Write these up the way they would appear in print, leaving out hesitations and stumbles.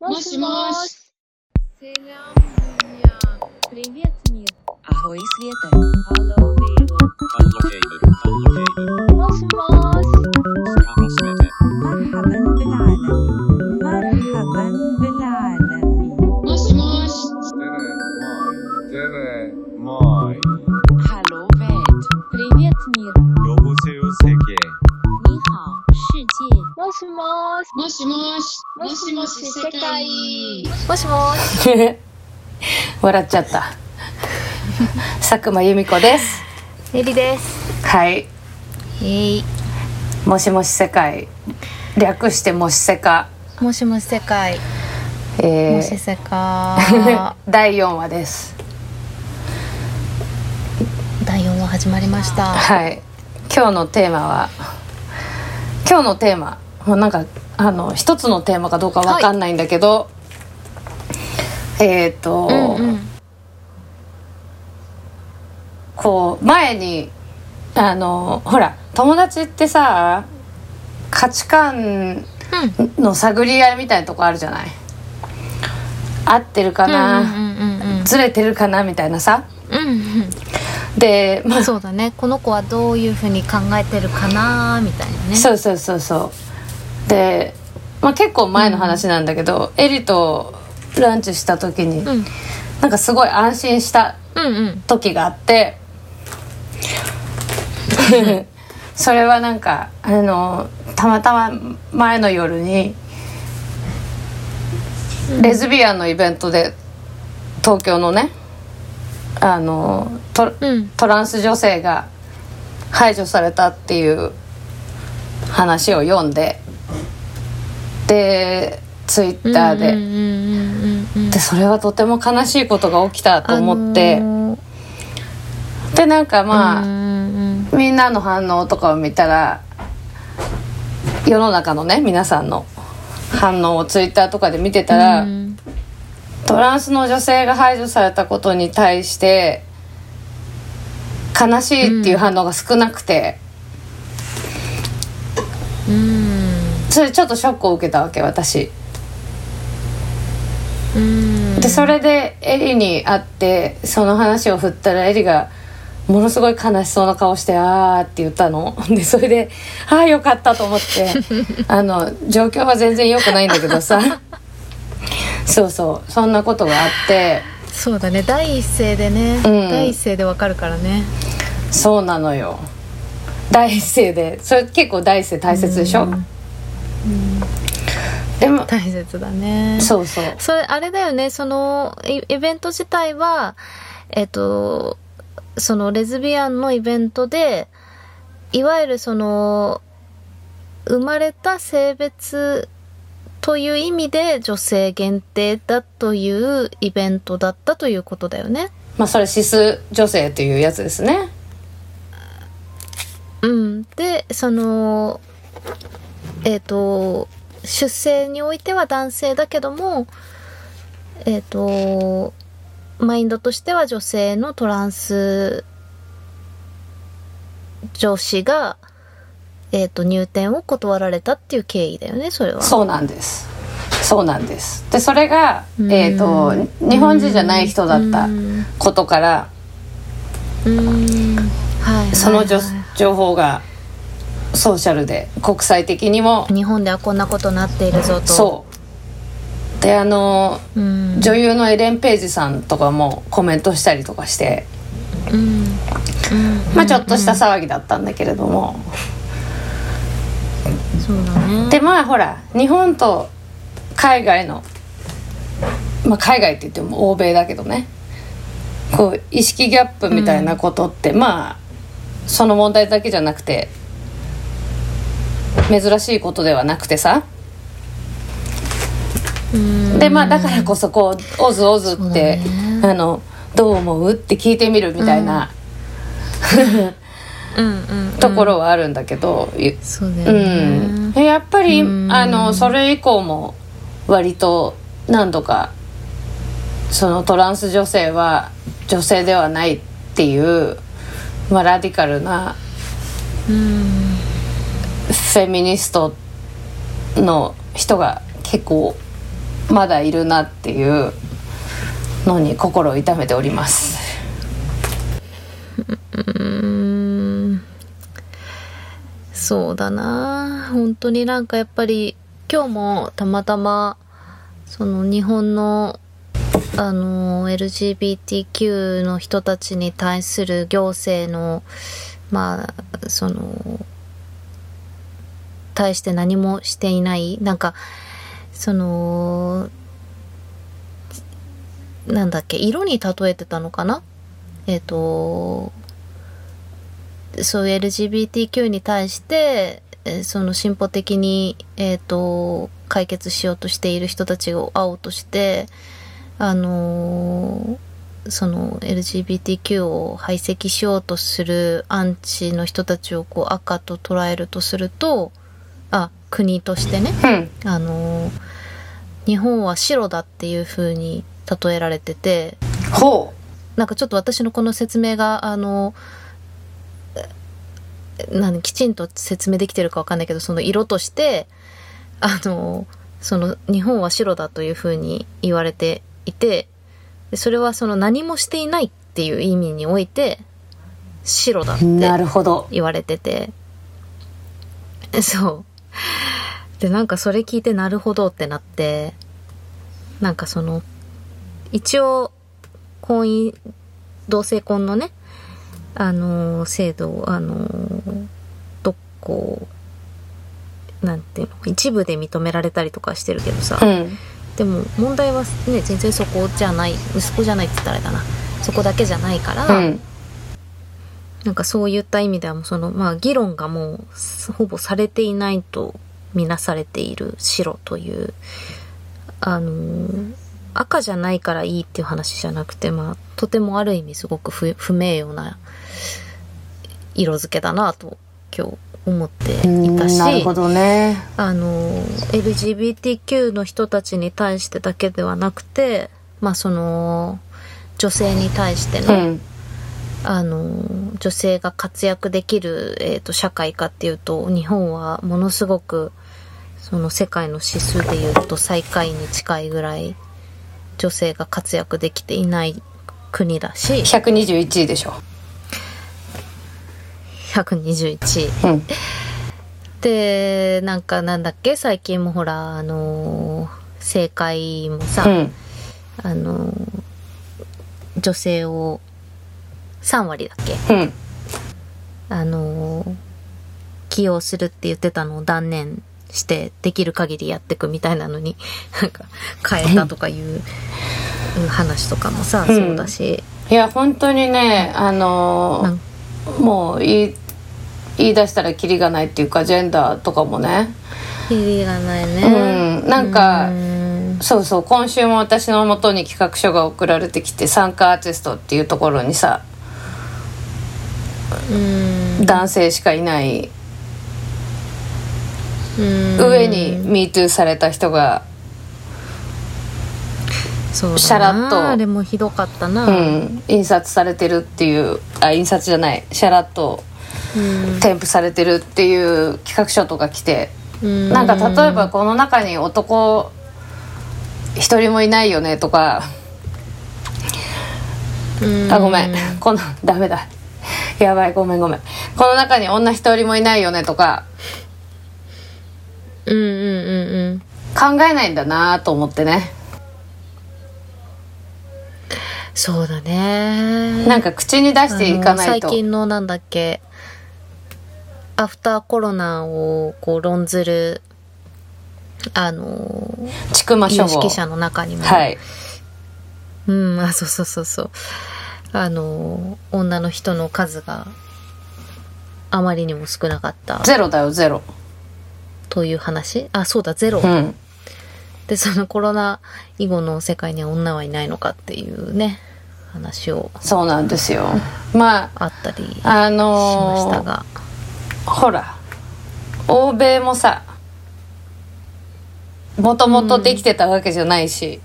もしもし。 Selam dünya. Привет, мир. Ahoj světe. Hello, Vivo. もしもし。 مرحبا بالعالمين. مرحبا بالعالمين. もしもし。 Hallo Welt. Привет, мир. 여보세요 세계. 你好，世界。 もしもし。もしもし。もしもし世界。 もしもし。 笑っちゃった佐久間由美子ですエリです。 はいもしもし世界略してもし世界、 もしもし世界。もし世界。 第4話です。 第4話始まりました。 はい今日のテーマもうなんか一つのテーマかどうかわかんないんだけど、こう前にほら友達ってさ価値観の探り合いみたいなとこあるじゃない、合ってるかな、ずれてるかなみたいなさ、で、まあ、 そうだね。この子はどういうふうに考えてるかなみたいなね。 そうで、まあ、結構前の話なんだけど、エリとランチした時に、なんかすごい安心した時があって、それはなんかたまたま前の夜にレズビアンのイベントで東京のねトランス女性が排除されたっていう話を読んで、でツイッターでそれはとても悲しいことが起きたと思って、でなんかまあみんなの反応とかを見たら、世の中のね皆さんの反応をツイッターとかで見てたら、トランスの女性が排除されたことに対して悲しいっていう反応が少なくて、それちょっとショックを受けたわけ私。でそれでエリに会ってその話を振ったら、エリがものすごい悲しそうな顔してあーって言ったので、それであーよかったと思って状況は全然良くないんだけどさそうそんなことがあって、 そうだね。第一声でね、第一声でわかるからね。 そうなのよ。第一声で、それ結構第一声大切でしょ。でも大切だね。 そうそれあれだよね。そのイベント自体はそのレズビアンのイベントで、いわゆるその生まれた性別という意味で女性限定だというイベントだったということだよね。 まあそれシス女性というやつですね。 でその出生においては男性だけどもマインドとしては女性のトランス女子が入店を断られたっていう経緯だよね。それはそうなんですでそれが日本人じゃない人だったことから、その情報がソーシャルで国際的にも日本ではこんなことになっているぞと。 そうで女優のエレン・ページさんとかもコメントしたりとかして、まあちょっとした騒ぎだったんだけれども、 そうだね。 でまあほら日本と海外の、まあ海外って言っても欧米だけどね、こう意識ギャップみたいなことって、まあその問題だけじゃなくて珍しいことではなくてさ、でまあだからこそこうオズオズって、どう思うって聞いてみるみたいな、ところはあるんだけど、 そうだよね。 やっぱりそれ以降も割と何度かそのトランス女性は女性ではないっていう、まあ、ラディカルなフェミニストの人が結構まだいるなっていうのに心を痛めております。 そうだな、本当になんかやっぱり今日もたまたまその日本のLGBTQ の人たちに対する行政のまあその対して何もしていない、なんかそのなんだっけ、色に例えてたのかな、そういう LGBTQ に対してその進歩的に解決しようとしている人たちを会おうとしてその LGBTQ を排斥しようとするアンチの人たちをこう赤と捉えるとすると、国としてね、日本は白だっていう風に例えられてて、なんかちょっと私のこの説明がきちんと説明できてるかわかんないけど、その色としてその日本は白だという風に言われていて、それはその何もしていないっていう意味において白だって言われてて、そうで、なんかそれ聞いてなるほどってなって、なんかその一応同性婚のね制度をなんていうの、一部で認められたりとかしてるけどさ、でも問題はね全然そこじゃない、息子じゃないって言ったらあれだな、そこだけじゃないから、なんかそういった意味ではもうその議論がもうほぼされていないとみなされている白という赤じゃないからいいっていう話じゃなくて、とてもある意味すごく不名誉な色付けだなと今日思っていたし、 なるほどね。 LGBTQ の人たちに対してだけではなくて、その女性に対しての、女性が活躍できる、社会かっていうと、日本はものすごくその世界の指数でいうと最下位に近いぐらい女性が活躍できていない国だし、 121位でしょ。 121位、でなんだっけ、最近もほら政界もさ、女性を3割だっけ、起用するって言ってたのを断念してできる限りやってくみたいなのになんか変えたとかいう話とかもさ、そうだし、 いや本当にねもう言い出したらキリがないっていうか、ジェンダーとかもねキリがないね、 なんかそうそう、今週も私の元に企画書が送られてきて、参加アーティストっていうところにさ、男性しかいない上に MeToo された人がそうシャラッとあれもひどかったな、 印刷されてるっていう、印刷じゃない、シャラッと添付されてるっていう企画書とか来て、なんか例えばこの中に男一人もいないよねとか、ごめん、ダメだ、やばい、ごめん、この中に女一人もいないよねとか、考えないんだなと思ってね。 そうだね、 なんか口に出していかないと。 最近のなんだっけ、アフターコロナをこう論ずる千曲書有識者の中にも、そう女の人の数があまりにも少なかった、 ゼロだよ、ゼロという話。そうだ、ゼロ、でそのコロナ以後の世界には女はいないのかっていうね話を、 そうなんですよ、 あったりしましたが、 ほら欧米もさもともとできてたわけじゃないし、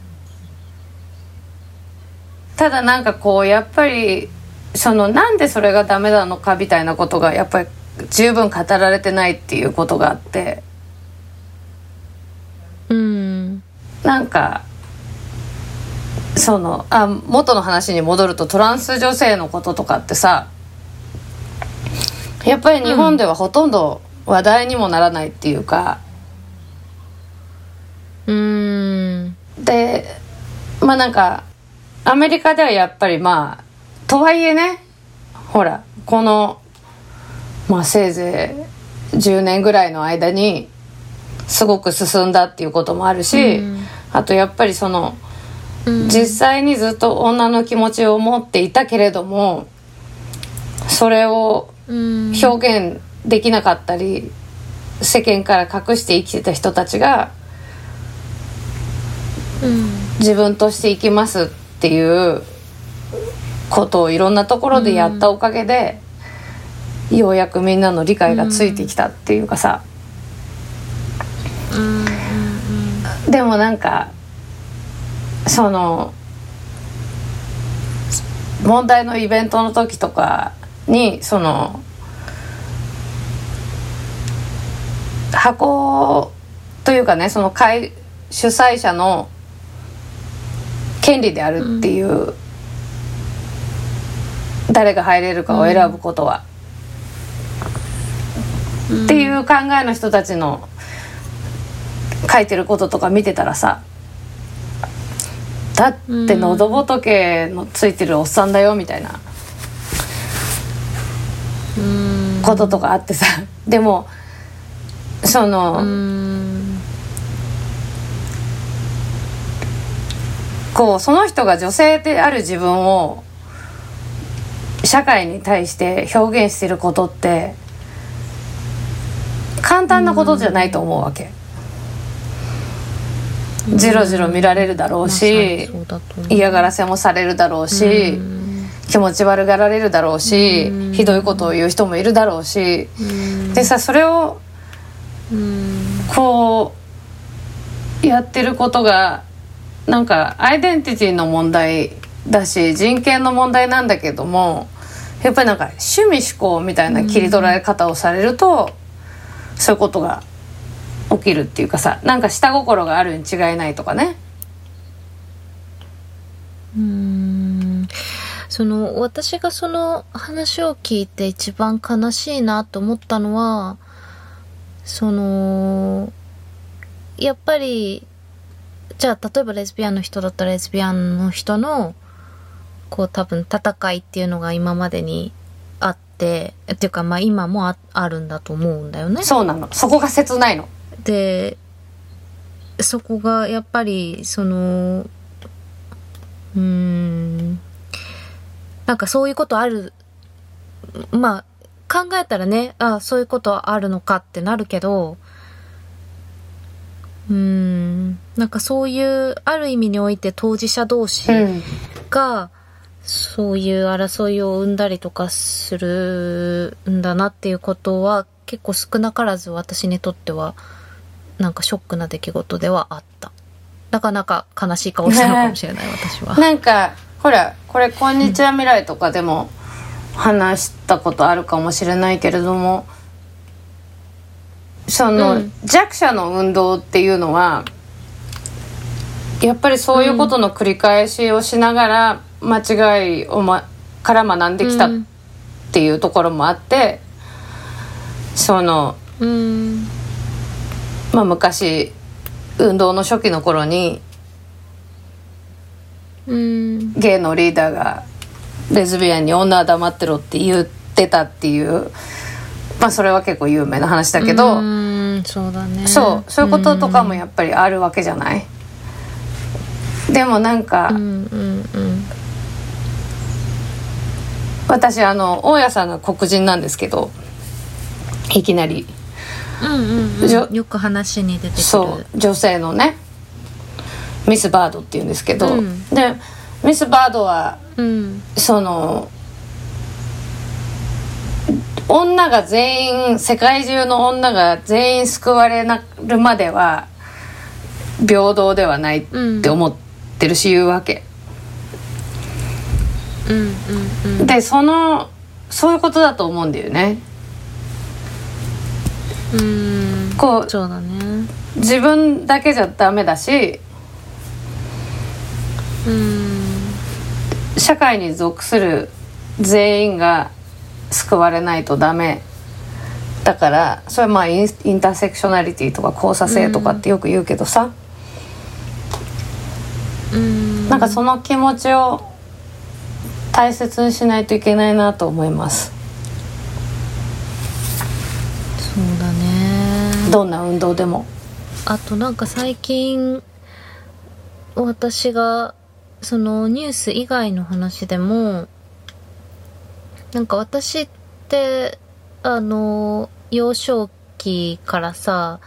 ただなんかこうやっぱりなんでそれがダメなのかみたいなことがやっぱり十分語られてないっていうことがあって、 なんか元の話に戻ると、トランス女性のこととかってさ、やっぱり日本ではほとんど話題にもならないっていうか、でなんかアメリカではやっぱりとはいえね、ほらこのせいぜい10年ぐらいの間にすごく進んだっていうこともあるし、あとやっぱり実際にずっと女の気持ちを持っていたけれども、それを表現できなかったり世間から隠して生きてた人たちが、自分として生きますっていうことをいろんなところでやったおかげで、ようやくみんなの理解がついてきたっていうかさ、でもなんか問題のイベントの時とかに箱というかね、主催者の権利であるっていう、誰が入れるかを選ぶことは、っていう考えの人たちの書いてることとか見てたらさ、だって喉仏のついてるおっさんだよみたいなこととかあってさ、でもその人が女性である自分を社会に対して表現してることって簡単なことじゃないと思うわけ。じろじろ見られるだろうし、嫌がらせもされるだろうし、気持ち悪がられるだろうし、ひどいことを言う人もいるだろうし、でさ、それをやってることがなんかアイデンティティの問題だし、人権の問題なんだけども、やっぱりなんか趣味思考みたいな切り取られ方をされると、そういうことが起きるっていうかさ、なんか下心があるに違いないとかね。 私がその話を聞いて一番悲しいなと思ったのは、やっぱりじゃあ例えばレズビアンの人だったらレズビアンの人の多分戦いっていうのが今までにあってっていうか今も あるんだと思うんだよね。 そうなの、そこが切ないので、そこがやっぱりなんかそういうことある、考えたらね、そういうことあるのかってなるけど、なんかそういうある意味において当事者同士がそういう争いを生んだりとかするんだなっていうことは結構少なからず私にとってはなんかショックな出来事ではあった。なかなか悲しい顔したのかもしれない私は。 なんかほらこれこんにちは未来とかでも話したことあるかもしれないけれども、弱者の運動っていうのはやっぱりそういうことの繰り返しをしながら間違いを、から学んできたっていうところもあって、昔運動の初期の頃にゲイのリーダーがレズビアンに女は黙ってろって言ってたっていう、それは結構有名な話だけど、 そうだね、 そういうこととかもやっぱりあるわけじゃない。でもなんか、私大家さんが黒人なんですけど、いきなり、 よく話に出てくる女性のねミス・バードっていうんですけど、でミス・バードは、女が全員、世界中の女が全員救われるまでは平等ではないって思ってるし言うわけ、でそういうことだと思うんだよね。 そうだね。 自分だけじゃダメだし、 社会に属する全員が救われないとダメだから、それはまあインターセクショナリティとか交差性とかってよく言うけどさ、なんかその気持ちを大切にしないといけないなと思います。 そうだね。 どんな運動でも。 あとなんか最近私がそのニュース以外の話でも、なんか私って幼少期からさ、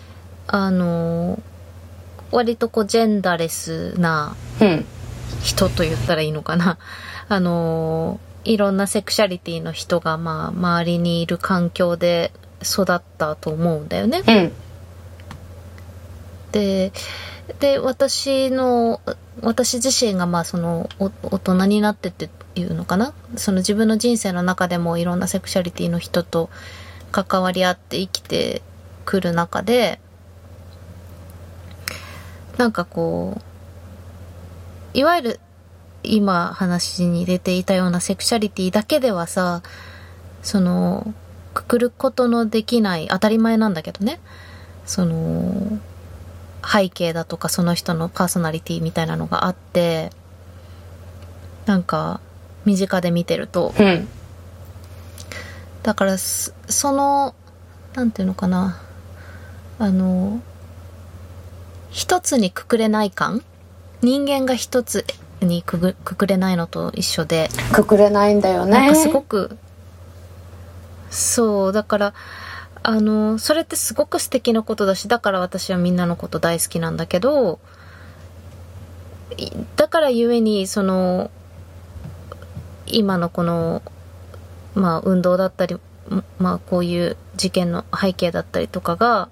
割とこうジェンダーレスな人と言ったらいいのかな、いろんなセクシャリティの人がまあ周りにいる環境で育ったと思うんだよね。で私自身がまあその大人になってっていうのかな、その自分の人生の中でもいろんなセクシャリティの人と関わり合って生きてくる中で、なんかこういわゆる今話に出ていたようなセクシャリティだけではさ、そのくくることのできない、当たり前なんだけどね、その背景だとかその人のパーソナリティみたいなのがあって、なんか身近で見てると、だからそのなんていうのかな、一つにくくれない感、人間が一つにくくれないのと一緒で、 くくれないんだよね。 なんかすごくそうだから、それってすごく素敵なことだし、だから私はみんなのこと大好きなんだけど、だからゆえにその今のこのまあ運動だったり、まあこういう事件の背景だったりとかが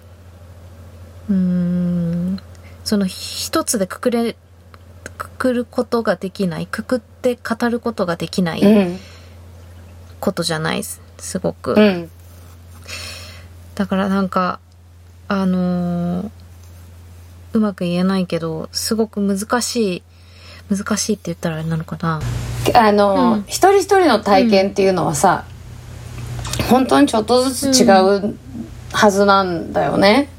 その一つでくくることができない、くくって語ることができないことじゃない、すごく、だからなんかうまく言えないけど、すごく難しいって言ったらあれなのかな、 一人一人の体験っていうのはさ、本当にちょっとずつ違うはずなんだよね。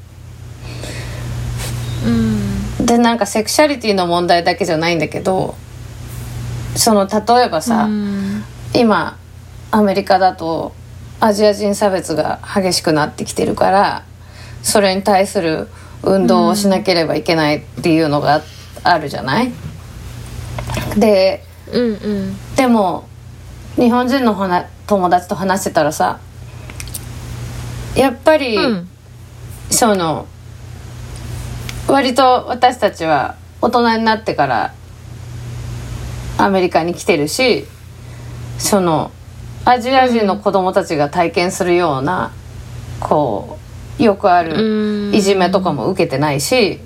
でなんかセクシャリティの問題だけじゃないんだけど、その例えばさ、今アメリカだとアジア人差別が激しくなってきてるから、それに対する運動をしなければいけないっていうのがあるじゃない。で、でも日本人の友達と話してたらさ、やっぱり、その割と私たちは大人になってからアメリカに来てるし、そのアジア人の子供たちが体験するようなこうよくあるいじめとかも受けてないし、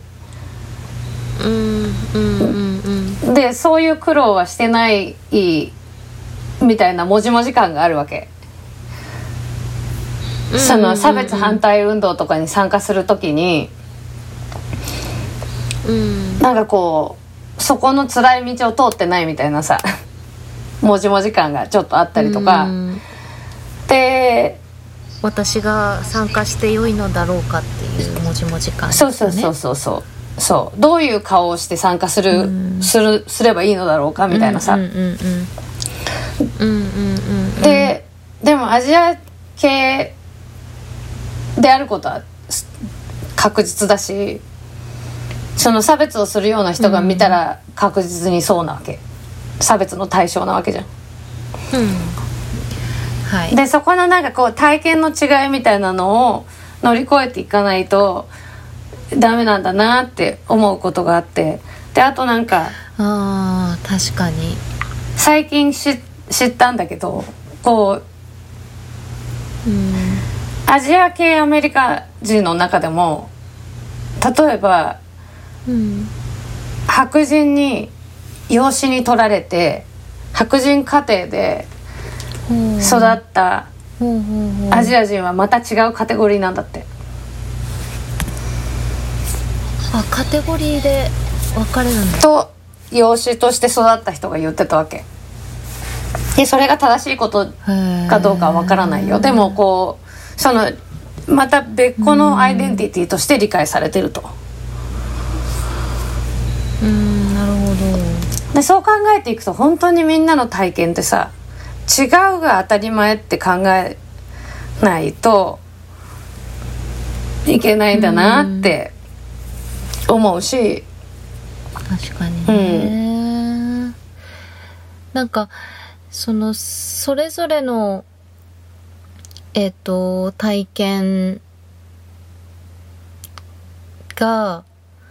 でそういう苦労はしてないみたいなもじもじ感があるわけ。その差別反対運動とかに参加するときに、なんかこうそこの辛い道を通ってないみたいなさもじもじ感がちょっとあったりとか、で私が参加して良いのだろうかっていうもじもじ感ですよね。 そうどういう顔をして参加すればいいのだろうかみたいなさ、でもアジア系であることは確実だし、その差別をするような人が見たら確実にそうなわけ、差別の対象なわけじゃん。 はい、 でそこのなんかこう体験の違いみたいなのを乗り越えていかないとダメなんだなって思うことがあって、であとなんか確かに最近知ったんだけど、こう、アジア系アメリカ人の中でも例えば、白人に養子に取られて白人家庭で育ったアジア人はまた違うカテゴリーなんだって。 カテゴリーで分かれるんだと養子として育った人が言ってたわけで、それが正しいことかどうかはわからないよ。でもこうそのまた別個のアイデンティティとして理解されてると。 なるほど。 でそう考えていくと本当にみんなの体験ってさ、違うが当たり前って考えないといけないんだなって思うし、 確かにね、なんかそれぞれの体験が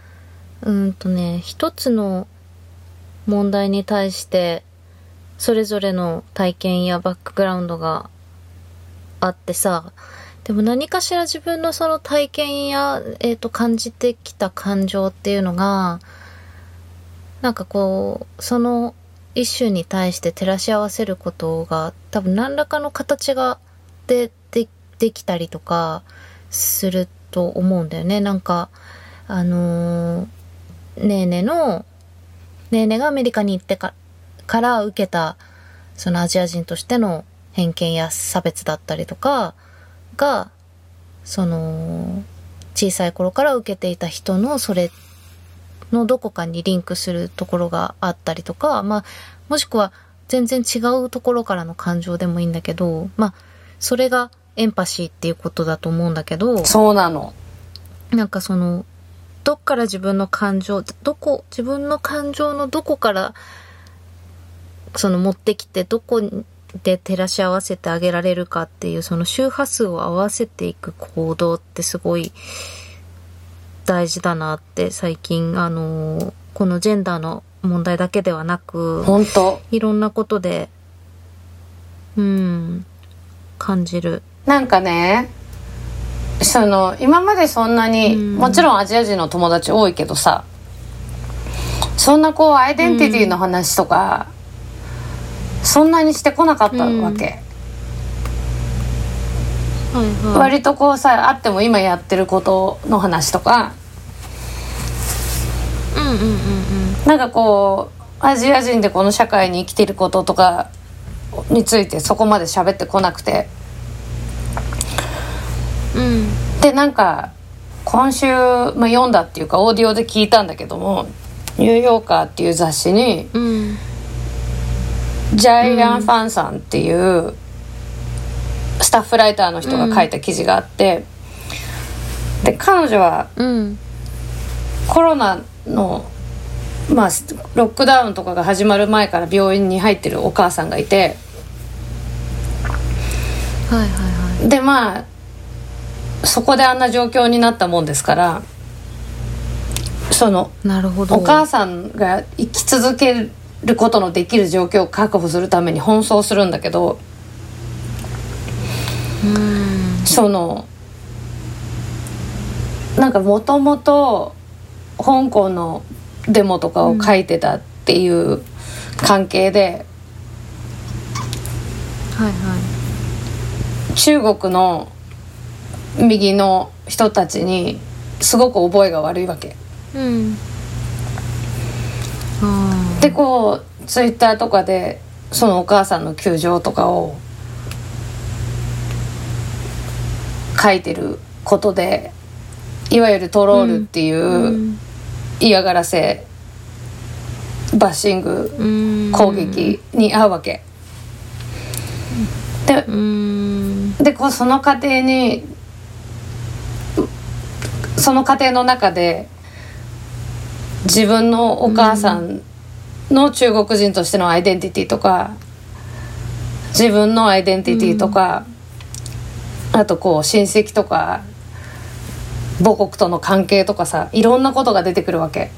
一つの問題に対してそれぞれの体験やバックグラウンドがあってさ、でも何かしら自分のその体験や、感じてきた感情っていうのがなんかこうそのイシューに対して照らし合わせることが多分何らかの形ができたりとかすると思うんだよね。なんかネーネがアメリカに行ってから受けたそのアジア人としての偏見や差別だったりとかがその小さい頃から受けていた人のそれのどこかにリンクするところがあったりとか、もしくは全然違うところからの感情でもいいんだけど、それがエンパシーっていうことだと思うんだけど、 そうなの。 なんかどっから自分の感情のどこから持ってきてどこで照らし合わせてあげられるかっていうその周波数を合わせていく行動ってすごい大事だなって最近このジェンダーの問題だけではなく本当いろんなことで感じる。 なんかね、今までそんなに、もちろんアジア人の友達多いけどさ、そんなこうアイデンティティの話とか、そんなにしてこなかったわけ、割とこうさ、あっても今やってることの話とか、なんかこうアジア人でこの社会に生きてることとかについてそこまで喋ってこなくて、でなんか今週、読んだっていうかオーディオで聞いたんだけども、ニューヨーカーっていう雑誌に、ジャイアン・ファンさんっていうスタッフライターの人が書いた記事があって、で彼女はコロナのロックダウンとかが始まる前から病院に入ってるお母さんがいて、でそこであんな状況になったもんですから、 なるほど、 お母さんが生き続けることのできる状況を確保するために奔走するんだけど、なんかもともと香港のデモとかを書いてたっていう関係で、中国の右の人たちにすごく覚えが悪いわけ、でこうツイッターとかでそのお母さんの窮状とかを書いてることで、いわゆるトロールっていう嫌がらせ、バッシング、攻撃に遭うわけで、こうその過程の中で自分のお母さんの中国人としてのアイデンティティとか、自分のアイデンティティとか、あとこう親戚とか母国との関係とかさ、いろんなことが出てくるわけ。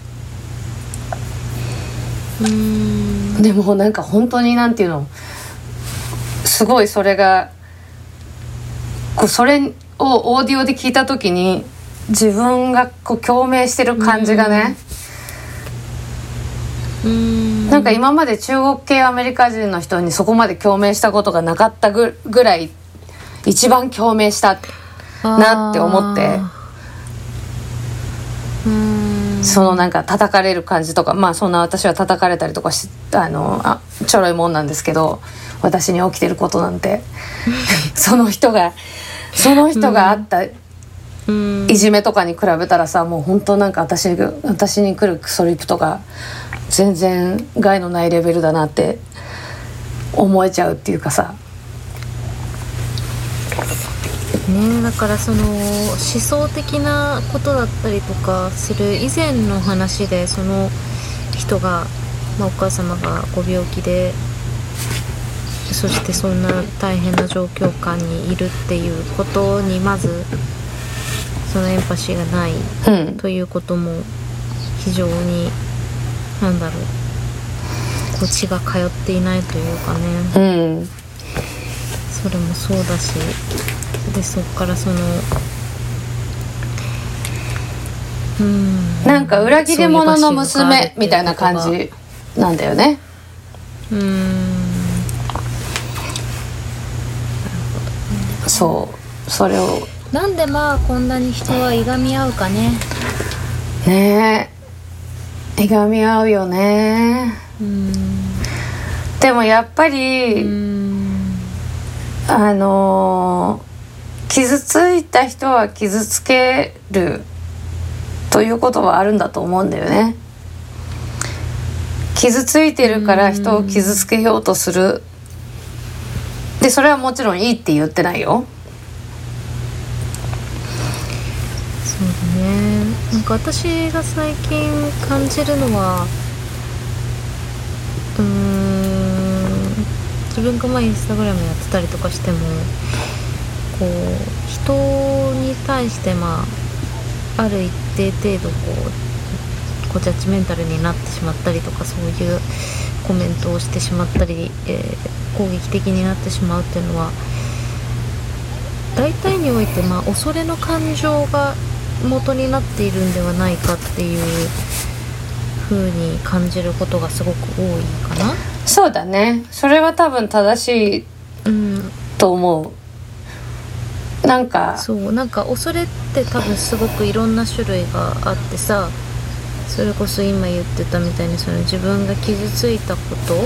でもなんか本当になんていうの、すごいそれがそれをオーディオで聞いた時に自分がこう共鳴してる感じがね、なんか今まで中国系アメリカ人の人にそこまで共鳴したことがなかったぐらい一番共鳴したなって思って、 そのなんか叩かれる感じとか、まあそんな私は叩かれたりとかちょろいもんなんですけど、私に起きてることなんてその人があったいじめとかに比べたらさ、もう本当なんか私に来るクソリプとか全然害のないレベルだなって思えちゃうっていうかさね。だからその思想的なことだったりとかする以前の話で、その人が、お母様がご病気で、そしてそんな大変な状況下にいるっていうことにまずそのエンパシーがないということも非常になんだろう、こう血が通っていないというかね、それもそうだし、でそっからそのなんか裏切り者の娘みたいな感じなんだよね。そうそれをなんでまあこんなに人はいがみ合うかね。 ねえ、いがみ合うよね。でもやっぱり傷ついた人は傷つけるということはあるんだと思うんだよね。傷ついてるから人を傷つけようとする。でそれはもちろんいいって言ってないよ。 そうだね。なんか私が最近感じるのは自分がインスタグラムやってたりとかしても、こう人に対してある一定程度こうジャッジメンタルになってしまったりとか、そういうコメントをしてしまったり、攻撃的になってしまうっていうのは大体において恐れの感情が元になっているんではないかっていう風に感じることがすごく多いかな。 そうだね、それは多分正しいと思う。なんか恐れって多分すごくいろんな種類があってさ、それこそ今言ってたみたいにその自分が傷ついたこと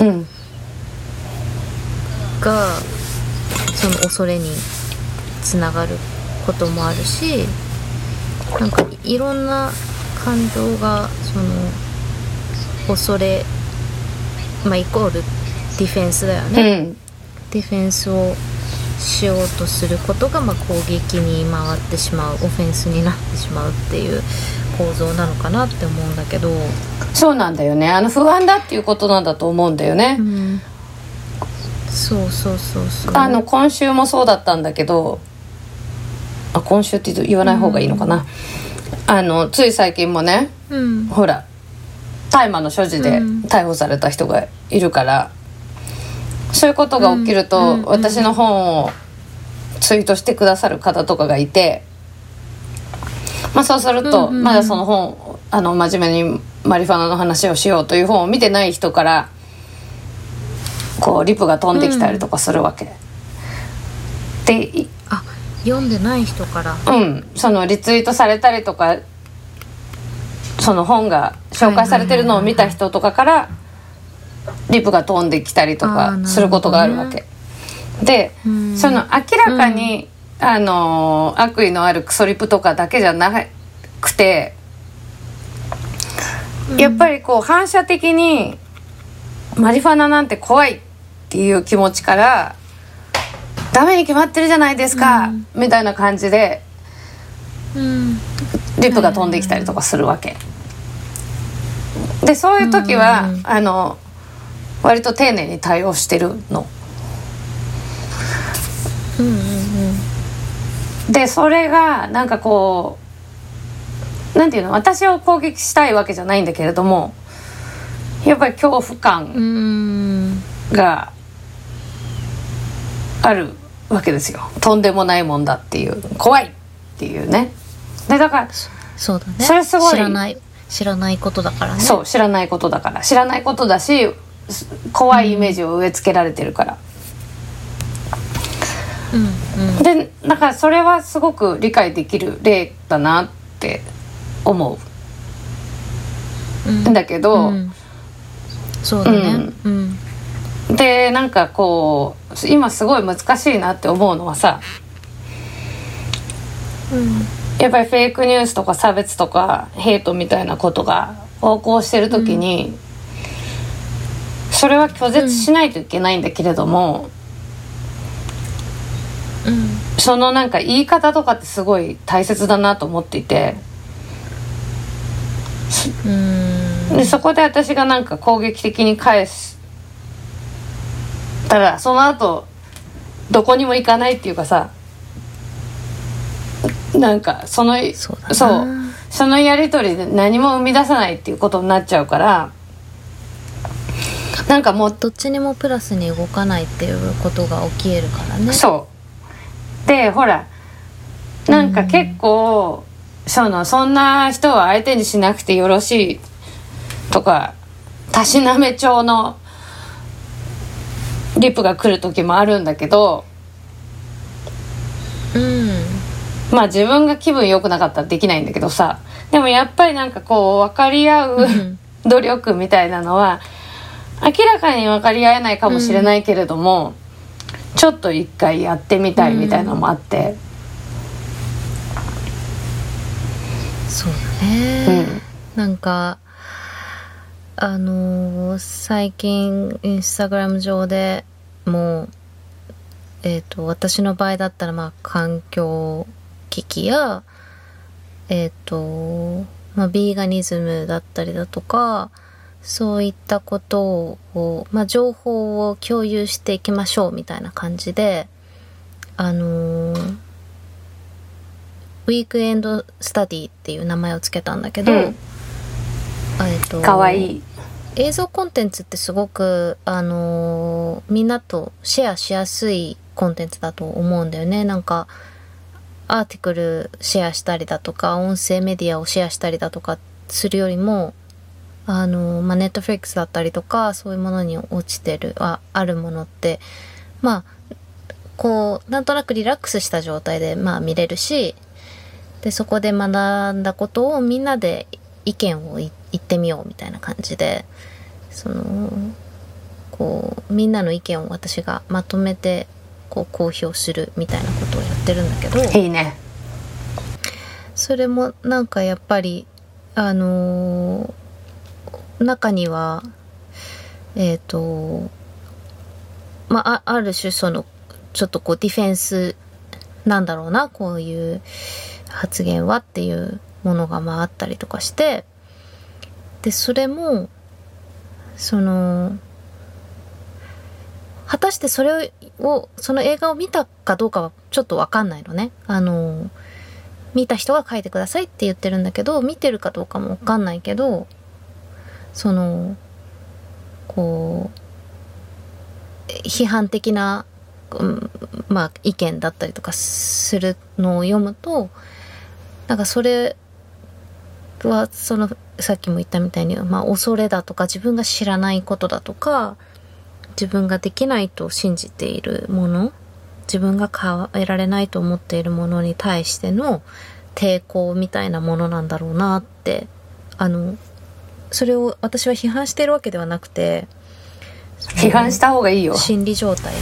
がその恐れにつながることもあるし、なんかいろんな感情がその恐れ、イコールディフェンスだよね、ディフェンスをしようとすることが攻撃に回ってしまう、オフェンスになってしまうっていう構造なのかなって思うんだけど。 そうなんだよね、不安だっていうことなんだと思うんだよね、そう今週もそうだったんだけど、今週って言わない方がいいのかな、つい最近もね、ほら大麻の所持で逮捕された人がいるから、そういうことが起きると、私の本をツイートしてくださる方とかがいて、そうすると、まだその本真面目にマリファナの話をしようという本を見てない人からこうリプが飛んできたりとかするわけ、で読んでない人からそのリツイートされたりとか、その本が紹介されてるのを見た人とかからリプが飛んできたりとかすることがあるわけで、その明らかに、悪意のあるクソリプとかだけじゃなくて、やっぱりこう反射的にマリファナなんて怖いっていう気持ちから、ダメに決まってるじゃないですか、みたいな感じでリプが飛んできたりとかするわけで、そういう時は割と丁寧に対応してるの、でそれがなんかこうなんていうの、私を攻撃したいわけじゃないんだけれども、やっぱり恐怖感があるわけですよ。とんでもないもんだっていう、怖いっていうね。でだからそうだね、 それすごい知らないことだからね。 そう、知らないことだから、知らないことだし、怖いイメージを植え付けられてるから、でだからそれはすごく理解できる例だなって思う。 んだけど、 そうだね、 でなんかこう今すごい難しいなって思うのはさ、やっぱりフェイクニュースとか差別とかヘイトみたいなことが横行してる時に、それは拒絶しないといけないんだけれども、そのなんか言い方とかってすごい大切だなと思っていて、でそこで私がなんか攻撃的に返したらその後どこにも行かないっていうかさ、なんかそのやり取りで何も生み出さないっていうことになっちゃうから、なんかもうどっちにもプラスに動かないっていうことが起きえるからね。 そうでほらなんか結構、そんな人は相手にしなくてよろしいとかたしなめ調のリプが来る時もあるんだけど、まあ自分が気分良くなかったらできないんだけどさ、でもやっぱりなんかこう分かり合う努力みたいなのは明らかに分かり合えないかもしれないけれども、ちょっと一回やってみたいみたいなのもあって、 そうだね、なんか最近インスタグラム上でもう私の場合だったらまあ環境危機やビーガニズムだったりだとか、そういったことを、情報を共有していきましょうみたいな感じで、ウィークエンドスタディっていう名前をつけたんだけど、 かわいい映像コンテンツってすごくみんなとシェアしやすいコンテンツだと思うんだよね。なんかアーティクルシェアしたりだとか音声メディアをシェアしたりだとかするよりもネットフリックスだったりとかそういうものに落ちてるあるものってこうなんとなくリラックスした状態で見れるし、でそこで学んだことをみんなで意見を言ってみようみたいな感じで、こうみんなの意見を私がまとめてこう公表するみたいなことをやってるんだけど、 いいね。 それもなんかやっぱり中にはある種ちょっとこうディフェンスなんだろうな、こういう発言はっていうものがあったりとかして、でそれも果たしてその映画を見たかどうかはちょっとわかんないのね。見た人が書いてくださいって言ってるんだけど、見てるかどうかもわかんないけど、こう批判的な、意見だったりとかするのを読むと、なんかそれはさっきも言ったみたいに、恐れだとか自分が知らないことだとか自分ができないと信じているもの、自分が変えられないと思っているものに対しての抵抗みたいなものなんだろうなって、それを私は批判しているわけではなくて、 批判した方がいいよ。 心理状態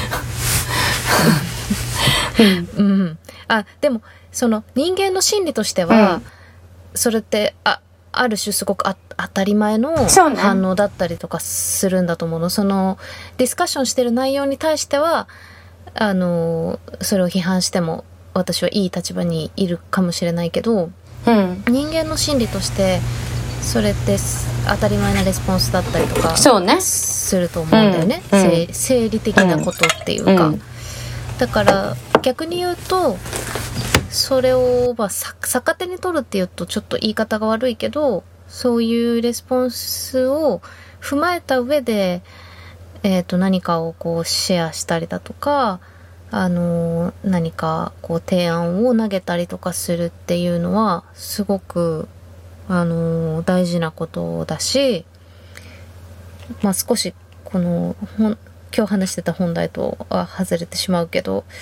でも人間の心理としては、それってある種すごく当たり前の反応だったりとかするんだと思うの。ディスカッションしてる内容に対してはそれを批判しても私はいい立場にいるかもしれないけど、人間の心理としてそれって当たり前なレスポンスだったりとかすると思うんだよね。生理的なことっていうか、だから逆に言うとそれを逆手に取るっていうとちょっと言い方が悪いけど、そういうレスポンスを踏まえた上で、何かをこうシェアしたりだとか、何かこう提案を投げたりとかするっていうのはすごく大事なことだし、少し今日話してた本題とは外れてしまうけど、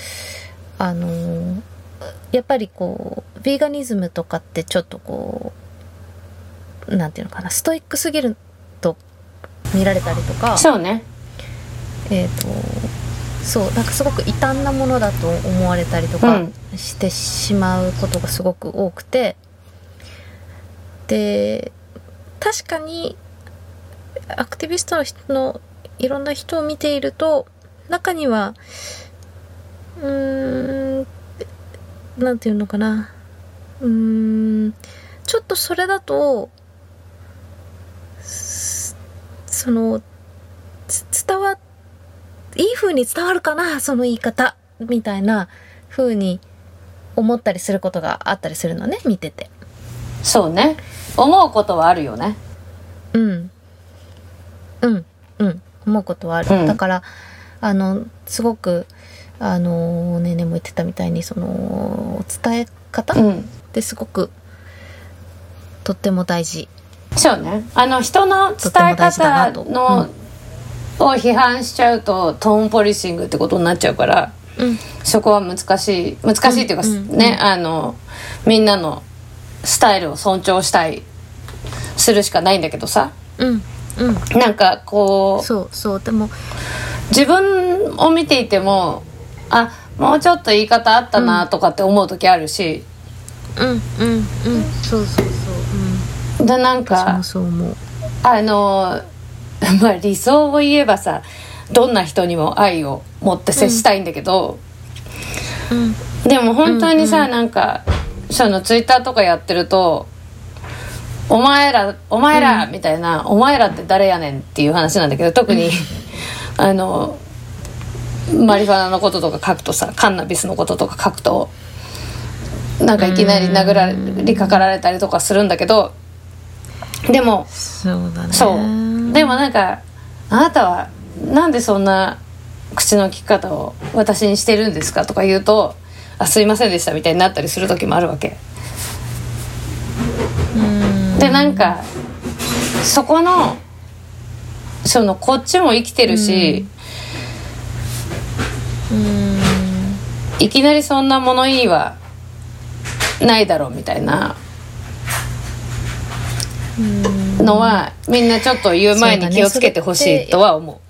やっぱりこうヴィーガニズムとかってちょっとこなんていうのかな、ストイックすぎると見られたりとか、 そうね。 そうなんかすごく異端なものだと思われたりとかしてしまうことがすごく多くて、で確かにアクティビストの人のいろんな人を見ていると、中にはなんていうのかな、ちょっとそれだとそのいい風に伝わるかな、その言い方みたいな風に思ったりすることがあったりするのね、見てて。 そうね、思うことはあるよね。 思うことはある、だからすごくねねも言ってたみたいに、その伝え方ってすごくとっても大事。 そうね、人の伝え方のを批判しちゃうとトーンポリシングってことになっちゃうから、そこは難しいっていうか、ね、みんなのスタイルを尊重したいするしかないんだけどさ、なんかこう、 そうでも自分を見ていても、もうちょっと言い方あったなとかって思う時あるし、そうで、なんかそう思う。 まあ理想を言えばさ、どんな人にも愛を持って接したいんだけど、でも本当にさ、なんかそのツイッターとかやってると、お前らみたいな、お前らって誰やねんっていう話なんだけど、特にマリファナのこととか書くとさ、カンナビスのこととか書くと、なんかいきなり殴りかかられたりとかするんだけど、でもそうだね、 でもなんか、あなたはなんでそんな口の利き方を私にしてるんですかとか言うと、すいませんでしたみたいになったりする時もあるわけで、なんかそこのこっちも生きてるし、いきなりそんな物言いはないだろうみたいなのは、みんなちょっと言う前に気をつけてほしいとは思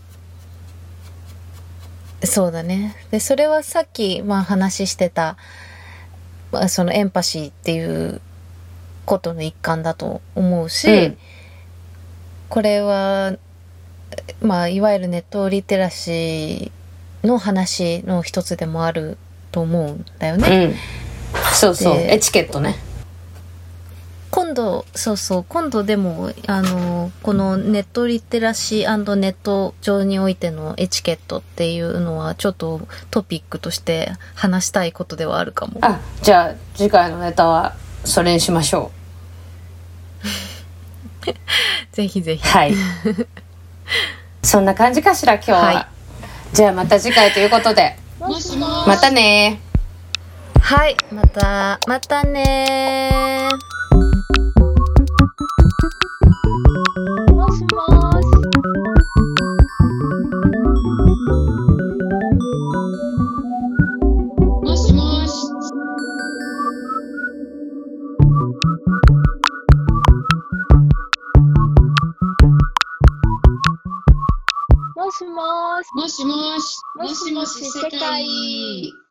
う。 そうだね。でそれはさっき話してた、そのエンパシーっていうことの一環だと思うし、これはいわゆるネットリテラシーの話の一つでもあると思うんだよね。 そうそう、エチケットね。 今度でもこのネットリテラシー&ネット上においてのエチケットっていうのはちょっとトピックとして話したいことではあるかも。 じゃあ次回のネタはそれにしましょうぜひぜひ。 はいそんな感じかしら今日は、じゃあまた次回ということで、またね。 はい、またね。 もしもし。もしもし。もしもし。もしもし。もしもし世界。